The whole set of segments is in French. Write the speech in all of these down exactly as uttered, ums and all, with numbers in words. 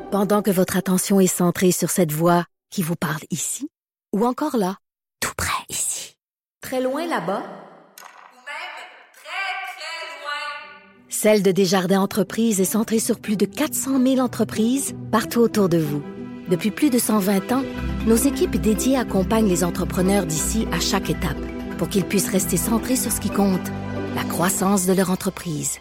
Pendant que votre attention est centrée sur cette voix qui vous parle ici, ou encore là, tout près ici, très loin là-bas, ou même très, très loin, Celle de Desjardins Entreprises est centrée sur plus de quatre cent mille entreprises partout autour de vous. Depuis plus de cent vingt ans, nos équipes dédiées accompagnent les entrepreneurs d'ici à chaque étape pour qu'ils puissent rester centrés sur ce qui compte, la croissance de leur entreprise.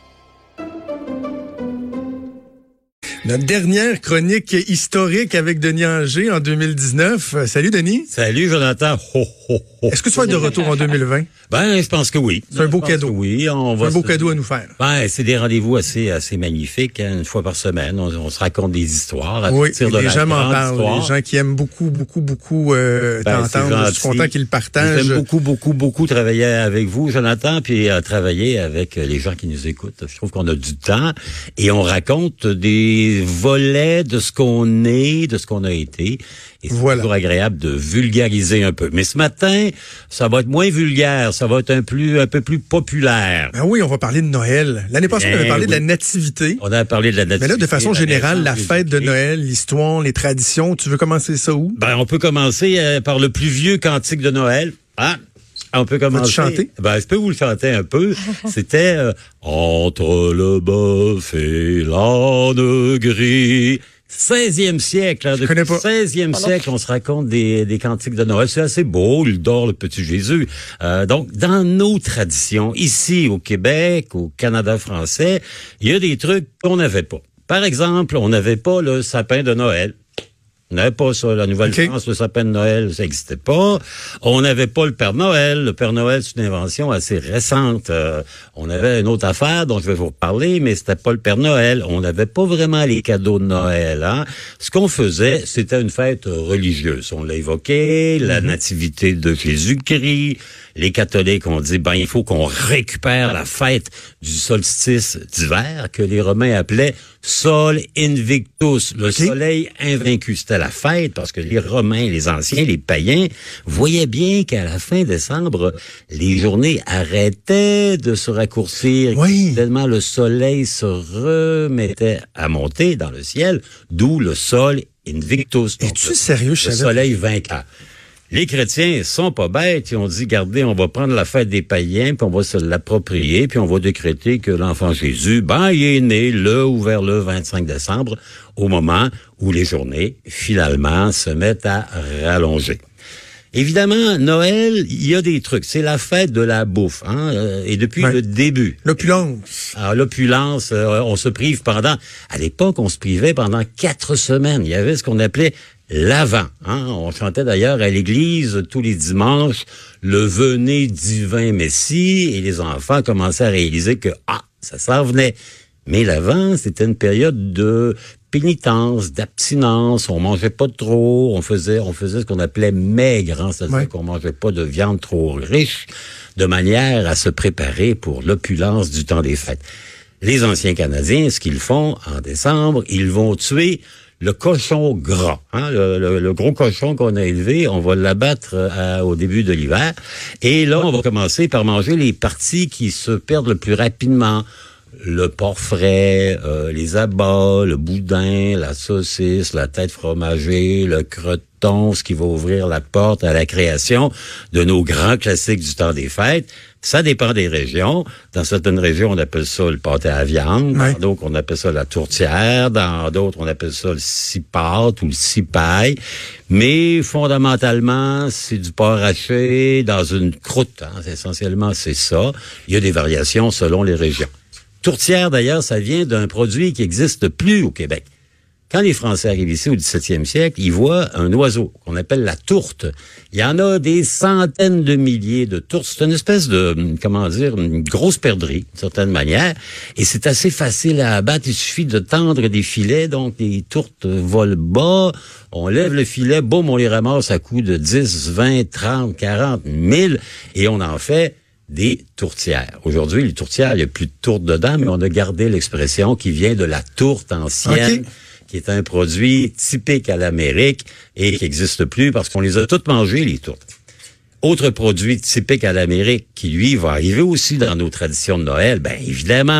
Notre dernière chronique historique avec Denis Anger en deux mille dix-neuf. Salut Denis. Salut Jonathan. Ho, ho, ho. Est-ce que tu vas être de retour en deux mille vingt? Ben, je pense que oui. C'est un beau cadeau. Oui, on va. C'est un beau se... cadeau à nous faire. Ben, c'est des rendez-vous assez, assez magnifiques, hein, une fois par semaine. On, on se raconte des histoires. À oui, partir de les la gens m'en parlent. Histoire. Les gens qui aiment beaucoup, beaucoup, beaucoup euh, ben, t'entendre. Je suis content qu'ils le partagent. J'aime beaucoup, beaucoup, beaucoup travailler avec vous, Jonathan, puis euh, travailler avec les gens qui nous écoutent. Je trouve qu'on a du temps et on raconte des volets de ce qu'on est, de ce qu'on a été. Et c'est voilà. toujours agréable de vulgariser un peu. Mais ce matin, ça va être moins vulgaire, ça va être un, plus, un peu plus populaire. Ben oui, on va parler de Noël. L'année passée, ben, on avait parlé oui. de la nativité. On a parlé de la nativité. Mais là, de façon générale, la fête de Noël, l'histoire, les traditions, tu veux commencer ça où? Ben, on peut commencer euh, par le plus vieux cantique de Noël. Hein? On peut commencer. Vas-tu chanter? Ben, je peux vous le chanter un peu. C'était euh, entre le bœuf et l'âne gris. seizième siècle, hein, depuis le seizième siècle, on se raconte des, des cantiques de Noël. C'est assez beau, il dort le petit Jésus. Euh, donc, dans nos traditions, ici au Québec, au Canada français, il y a des trucs qu'on n'avait pas. Par exemple, on n'avait pas le sapin de Noël. On n'avait pas ça. La Nouvelle-France, okay. Le sapin de Noël, ça n'existait pas. On n'avait pas le Père Noël. Le Père Noël, c'est une invention assez récente. Euh, on avait une autre affaire dont je vais vous reparler, mais c'était pas le Père Noël. On n'avait pas vraiment les cadeaux de Noël. Hein. Ce qu'on faisait, c'était une fête religieuse. On l'a évoqué, la nativité de Jésus-Christ. Les catholiques ont dit, ben, il faut qu'on récupère la fête du solstice d'hiver, que les Romains appelaient Sol Invictus, le okay. soleil invaincu. C'était la fête parce que les Romains, les anciens, les païens voyaient bien qu'à la fin décembre, les journées arrêtaient de se raccourcir. Oui. Tellement le soleil se remettait à monter dans le ciel, d'où le Sol Invictus. Es-tu sérieux, Le soleil vainqueur. Les chrétiens sont pas bêtes, ils ont dit, regardez, on va prendre la fête des païens, puis on va se l'approprier, puis on va décréter que l'enfant Jésus, ben, il est né le ou vers le vingt-cinq décembre, au moment où les journées, finalement, se mettent à rallonger. Évidemment, Noël, il y a des trucs. C'est la fête de la bouffe, hein, et depuis ouais. le début. L'opulence. Alors, l'opulence, euh, on se prive pendant... À l'époque, on se privait pendant quatre semaines. Il y avait ce qu'on appelait l'Avent. Hein? On chantait d'ailleurs à l'église tous les dimanches le venez divin Messie, et les enfants commençaient à réaliser que, ah, ça s'en venait. Mais l'Avent, c'était une période de pénitence, d'abstinence, on mangeait pas trop, on faisait on faisait ce qu'on appelait maigre, hein, c'est-à-dire ouais. qu'on mangeait pas de viande trop riche, de manière à se préparer pour l'opulence du temps des fêtes. Les anciens Canadiens, ce qu'ils font en décembre, ils vont tuer le cochon gras, hein, le, le, le gros cochon qu'on a élevé, on va l'abattre euh, au début de l'hiver, et là, on va commencer par manger les parties qui se perdent le plus rapidement. Le porc frais, euh, les abats, le boudin, la saucisse, la tête fromagée, le croton, ce qui va ouvrir la porte à la création de nos grands classiques du temps des fêtes. Ça dépend des régions. Dans certaines régions, on appelle ça le pâté à viande. Dans ouais. d'autres, on appelle ça la tourtière. Dans d'autres, on appelle ça le six-pâtes ou le six-paille. Mais fondamentalement, c'est du porc haché dans une croûte. Hein. Essentiellement, c'est ça. Il y a des variations selon les régions. Tourtière, d'ailleurs, ça vient d'un produit qui n'existe plus au Québec. Quand les Français arrivent ici au dix-septième siècle, ils voient un oiseau qu'on appelle la tourte. Il y en a des centaines de milliers de tourtes. C'est une espèce de, comment dire, une grosse perdrix, d'une certaine manière. Et c'est assez facile à abattre. Il suffit de tendre des filets. Donc, les tourtes volent bas. On lève le filet, boum, on les ramasse à coups de dix, vingt, trente, quarante, mille. Et on en fait des tourtières. Aujourd'hui, les tourtières, il n'y a plus de tourte dedans, mais on a gardé l'expression qui vient de la tourte ancienne, okay. qui est un produit typique à l'Amérique et qui n'existe plus parce qu'on les a toutes mangées, les tourtes. Autre produit typique à l'Amérique qui, lui, va arriver aussi dans nos traditions de Noël, ben évidemment,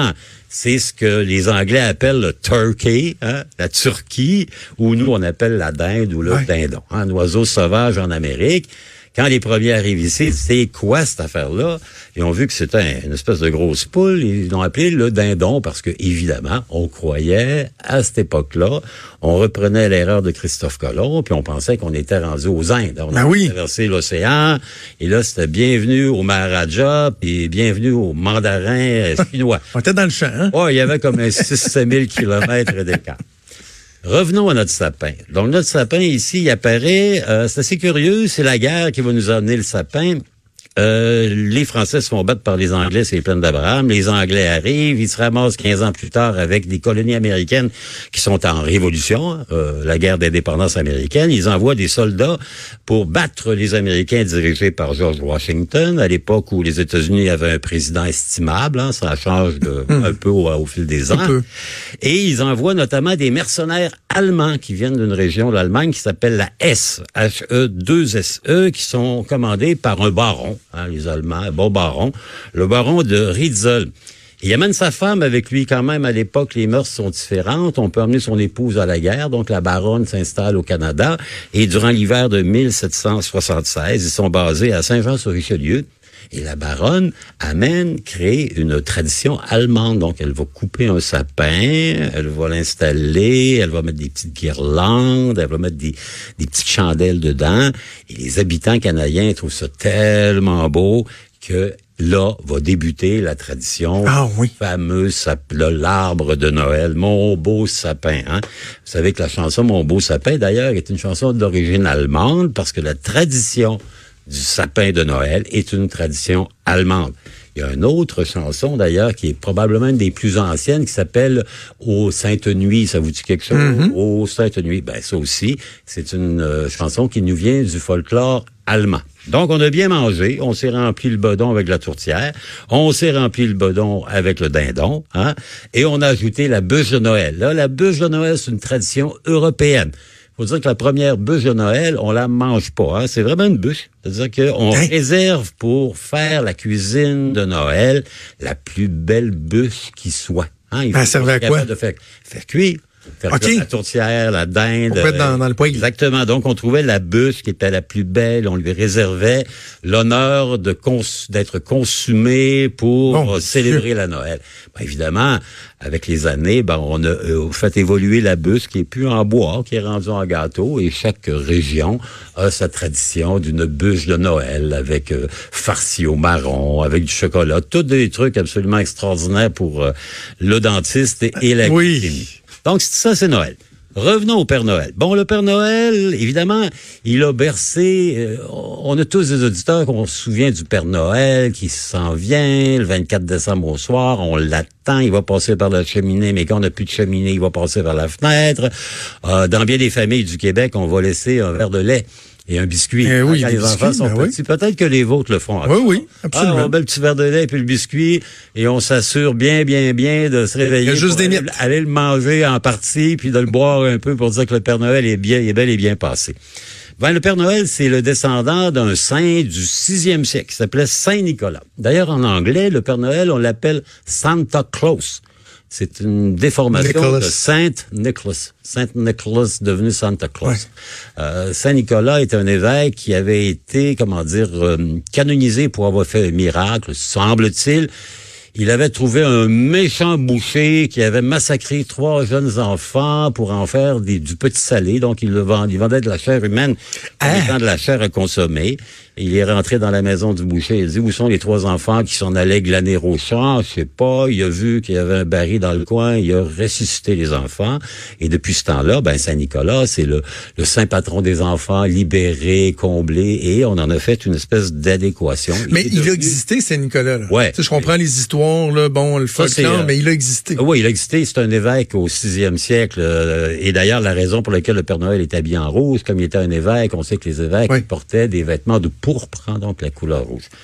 c'est ce que les Anglais appellent le turkey, hein, la Turquie, ou nous, on appelle la dinde ou le ouais. dindon, hein, un oiseau sauvage en Amérique. Quand les premiers arrivent ici, c'est quoi cette affaire-là? Ils ont vu que c'était une espèce de grosse poule. Ils l'ont appelé le dindon parce que, évidemment, on croyait, à cette époque-là, on reprenait l'erreur de Christophe Colomb, puis on pensait qu'on était rendu aux Indes. On ben a oui. traversé l'océan, et là, c'était bienvenue au Maharaja, puis bienvenue au mandarin chinois. On était dans le champ, hein? Oh, il y avait comme un six à sept mille kilomètres d'écart. Revenons à notre sapin. Donc, notre sapin, ici, il apparaît, euh, c'est assez curieux, c'est la guerre qui va nous amener le sapin. Euh, les Français se font battre par les Anglais, c'est les plaines d'Abraham. Les Anglais arrivent, ils se ramassent quinze ans plus tard avec des colonies américaines qui sont en révolution, euh, la guerre d'indépendance américaine. Ils envoient des soldats pour battre les Américains dirigés par George Washington, à l'époque où les États-Unis avaient un président estimable, hein, ça change de, mmh. un peu au, au fil des ans. Et ils envoient notamment des mercenaires allemands qui viennent d'une région de l'Allemagne qui s'appelle la S, H E deux S E, qui sont commandés par un baron. Hein, les Allemands, un bon baron, le baron de Riedzel. Il amène sa femme avec lui quand même. À l'époque, les mœurs sont différentes. On peut emmener son épouse à la guerre. Donc, la baronne s'installe au Canada. Et durant l'hiver de mille sept cent soixante-seize, ils sont basés à Saint-Jean-sur-Richelieu. Et la baronne amène, crée une tradition allemande. Donc, elle va couper un sapin, elle va l'installer, elle va mettre des petites guirlandes, elle va mettre des, des petites chandelles dedans. Et les habitants canadiens trouvent ça tellement beau que là va débuter la tradition ah, oui. fameuse sap- l'arbre de Noël, Mon beau sapin. Hein? Vous savez que la chanson Mon beau sapin, d'ailleurs, est une chanson d'origine allemande parce que la tradition du sapin de Noël est une tradition allemande. Il y a une autre chanson, d'ailleurs, qui est probablement une des plus anciennes, qui s'appelle « Ô Sainte Nuit ». Ça vous dit quelque chose? Mm-hmm. « Ô Sainte Nuit ». Ben, ça aussi, c'est une euh, chanson qui nous vient du folklore allemand. Donc, on a bien mangé, on s'est rempli le bedon avec la tourtière, on s'est rempli le bedon avec le dindon, hein, et on a ajouté la bûche de Noël. Là, la bûche de Noël, c'est une tradition européenne. Faut dire que la première bûche de Noël, on la mange pas. Hein? C'est vraiment une bûche. C'est-à-dire qu'on hein? réserve pour faire la cuisine de Noël la plus belle bûche qui soit. Hein? Il faut Elle servait à quoi? De faire, faire cuire. Faire okay. cuire la tourtière, la dinde. Pour mettre dans, dans le poêle. Exactement. Donc, on trouvait la bûche qui était la plus belle. On lui réservait l'honneur de cons- d'être consumée pour bon, célébrer la Noël. Ben, évidemment, avec les années, ben, on a euh, fait évoluer la bûche qui est plus en bois, qui est rendue en gâteau. Et chaque région a sa tradition d'une bûche de Noël avec euh, farci au marron, avec du chocolat. Tous des trucs absolument extraordinaires pour euh, le dentiste et, et la oui. cuisine. Donc, ça, c'est Noël. Revenons au Père Noël. Bon, le Père Noël, évidemment, il a bercé... Euh, on a tous des auditeurs qu'on se souvient du Père Noël qui s'en vient le vingt-quatre décembre au soir. On l'attend, il va passer par la cheminée, mais quand on n'a plus de cheminée, il va passer par la fenêtre. Euh, dans bien des familles du Québec, on va laisser un verre de lait et un biscuit. Eh oui, quand les enfants sont ben petits. Oui. Peut-être que les vôtres le font. Oui, oui, absolument. Ah, on met le petit verre de lait et puis le biscuit et on s'assure bien, bien, bien de se réveiller. Il y a juste des aller, miettes. aller le manger en partie puis de le boire un peu pour dire que le Père Noël est bien, est bel et bien passé. Ben, le Père Noël, c'est le descendant d'un saint du sixième siècle qui s'appelait Saint Nicolas. D'ailleurs, en anglais, le Père Noël, on l'appelle Santa Claus. C'est une déformation Nicholas. de Saint Nicholas. Saint Nicholas devenu Santa Claus. Ouais. Euh, Saint Nicolas est un évêque qui avait été, comment dire, euh, canonisé pour avoir fait un miracle, semble-t-il. Il avait trouvé un méchant boucher qui avait massacré trois jeunes enfants pour en faire des, du petit salé. Donc, il le vendait, il vendait de la chair humaine en ah. étant de la chair à consommer. Il est rentré dans la maison du boucher. Il a dit, où sont les trois enfants qui s'en allaient glaner au champ? Je sais pas. Il a vu qu'il y avait un baril dans le coin. Il a ressuscité les enfants. Et depuis ce temps-là, ben, Saint-Nicolas, c'est le, le saint patron des enfants, libérés, comblés. Et on en a fait une espèce d'adéquation. Mais il, il devenu... a existé, Saint-Nicolas, là. Ouais. Tu sais, je comprends les histoires, là, bon, le folklore, euh... mais il a existé. Oui, il a existé. C'est un évêque au sixième siècle. Euh, et d'ailleurs, la raison pour laquelle le Père Noël est habillé en rouge, comme il était un évêque, on sait que les évêques oui. portaient des vêtements de pourpre, hein, donc la couleur rouge.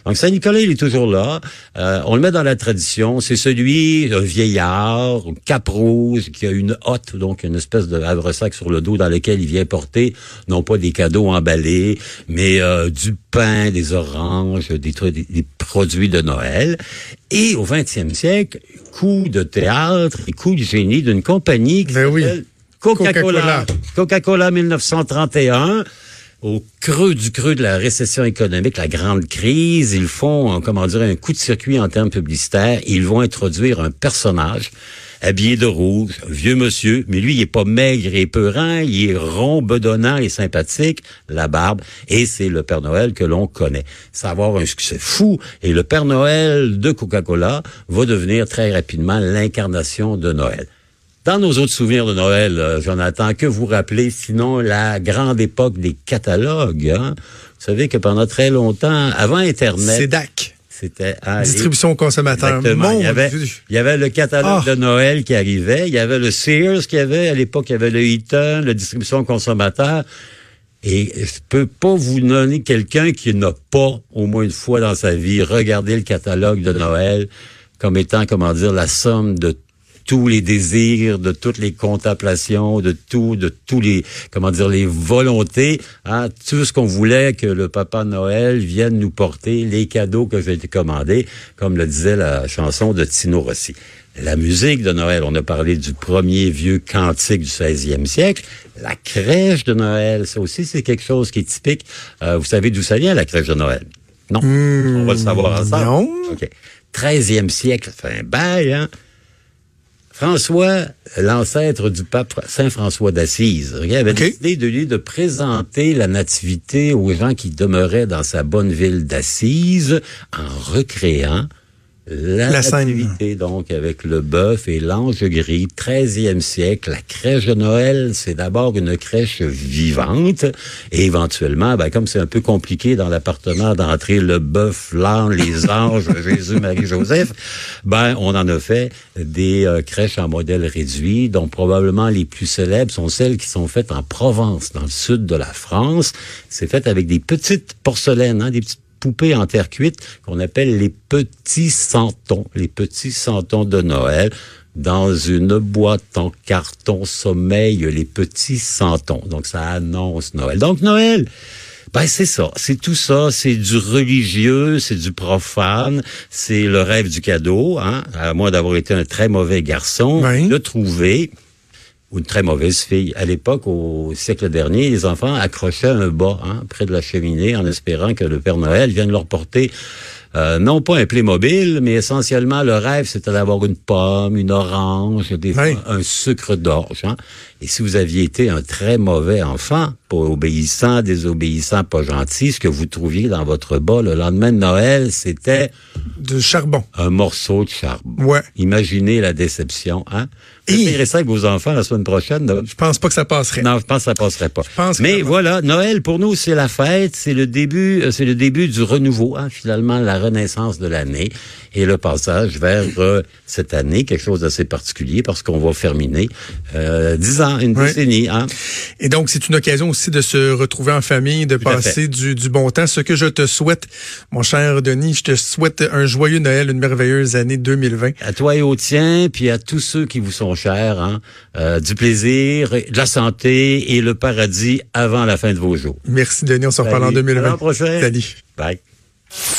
Donc Saint-Nicolas, il est toujours là. Euh, on le met dans la tradition. C'est celui, un vieillard, cap-rouge, qui a une hotte, donc une espèce de havresac sur le dos dans lequel il vient porter, non pas des cadeaux emballés, mais euh, du pain, des oranges, des, trucs, des, des produits de Noël. Et au vingtième siècle, coup de théâtre et coup de génie d'une compagnie qui ben s'appelle oui. Coca-Cola. Coca-Cola. Coca-Cola dix-neuf cent trente et un. Au creux du creux de la récession économique, la grande crise, ils font, comment dire, un coup de circuit en termes publicitaires. Ils vont introduire un personnage habillé de rouge, un vieux monsieur, mais lui, il est pas maigre et peurant, il est rond, bedonnant et sympathique, la barbe, et c'est le Père Noël que l'on connaît. Ça va avoir un succès fou, et le Père Noël de Coca-Cola va devenir très rapidement l'incarnation de Noël. Dans nos autres souvenirs de Noël, euh, Jonathan, que vous rappelez, sinon, la grande époque des catalogues, hein? Vous savez que pendant très longtemps, avant Internet... C E D A C. C'était... Ah, Distribution aux consommateurs. Exactement. Mon il, y avait, Dieu. il y avait le catalogue oh. de Noël qui arrivait, il y avait le Sears qui avait, à l'époque, il y avait le Eaton, la distribution aux consommateurs. Et je peux pas vous donner quelqu'un qui n'a pas, au moins une fois dans sa vie, regardé le catalogue de Noël comme étant, comment dire, la somme de tous les désirs, de toutes les contemplations, de tout, de tous les, comment dire, les volontés, hein, tout ce qu'on voulait que le Papa Noël vienne nous porter, les cadeaux que j'ai été commandés, comme le disait la chanson de Tino Rossi. La musique de Noël, on a parlé du premier vieux cantique du seizième siècle. La crèche de Noël, ça aussi, c'est quelque chose qui est typique. Euh, vous savez d'où ça vient, la crèche de Noël? Non. Mmh, on va le savoir ensemble. Non. OK. treizième siècle, ça fait un bail, hein? François, l'ancêtre du pape Saint François d'Assise, il avait okay. décidé de lui de présenter la nativité aux gens qui demeuraient dans sa bonne ville d'Assise en recréant la, la nativité, scène. Donc, avec le bœuf et l'ange gris, treizième siècle. La crèche de Noël, c'est d'abord une crèche vivante. Et éventuellement, ben, comme c'est un peu compliqué dans l'appartement d'entrer le bœuf, l'ange, les anges, Jésus, Marie, Joseph, ben, on en a fait des euh, crèches en modèle réduit, dont probablement les plus célèbres sont celles qui sont faites en Provence, dans le sud de la France. C'est fait avec des petites porcelaines, hein, des petites poupées en terre cuite qu'on appelle les petits santons, les petits santons de Noël, dans une boîte en carton sommeil, les petits santons. Donc, ça annonce Noël. Donc, Noël, ben, c'est ça. C'est tout ça. C'est du religieux, c'est du profane, c'est le rêve du cadeau, hein. À moins d'avoir été un très mauvais garçon, oui. de trouver ou une très mauvaise fille. À l'époque, au siècle dernier, les enfants accrochaient un bas hein, près de la cheminée en espérant que le Père Noël vienne leur porter euh, non pas un Playmobil, mais essentiellement le rêve, c'était d'avoir une pomme, une orange, des fois, oui. un sucre d'orge. Hein. Et si vous aviez été un très mauvais enfant, pas obéissant, désobéissant, pas gentil, ce que vous trouviez dans votre bas le lendemain de Noël, c'était... de charbon. Un morceau de charbon. Ouais. Imaginez la déception, hein? Vous verrez ça avec vos enfants la semaine prochaine. Là. Je pense pas que ça passerait. Non, je pense que ça passerait pas. Je pense Mais voilà, Noël, pour nous, c'est la fête, c'est le début, c'est le début du renouveau, hein, finalement, la renaissance de l'année et le passage vers euh, cette année, quelque chose d'assez particulier parce qu'on va terminer euh, dix ans, une oui. décennie. Hein. Et donc, c'est une occasion aussi de se retrouver en famille, de Tout passer du, du bon temps. Ce que je te souhaite, mon cher Denis, je te souhaite un joyeux Noël, une merveilleuse année deux mille vingt. À toi et aux tiens, puis à tous ceux qui vous sont chers, hein, euh, du plaisir, de la santé et le paradis avant la fin de vos jours. Merci Denis, on se reparle en deux mille vingt. À la prochaine. Salut. Bye.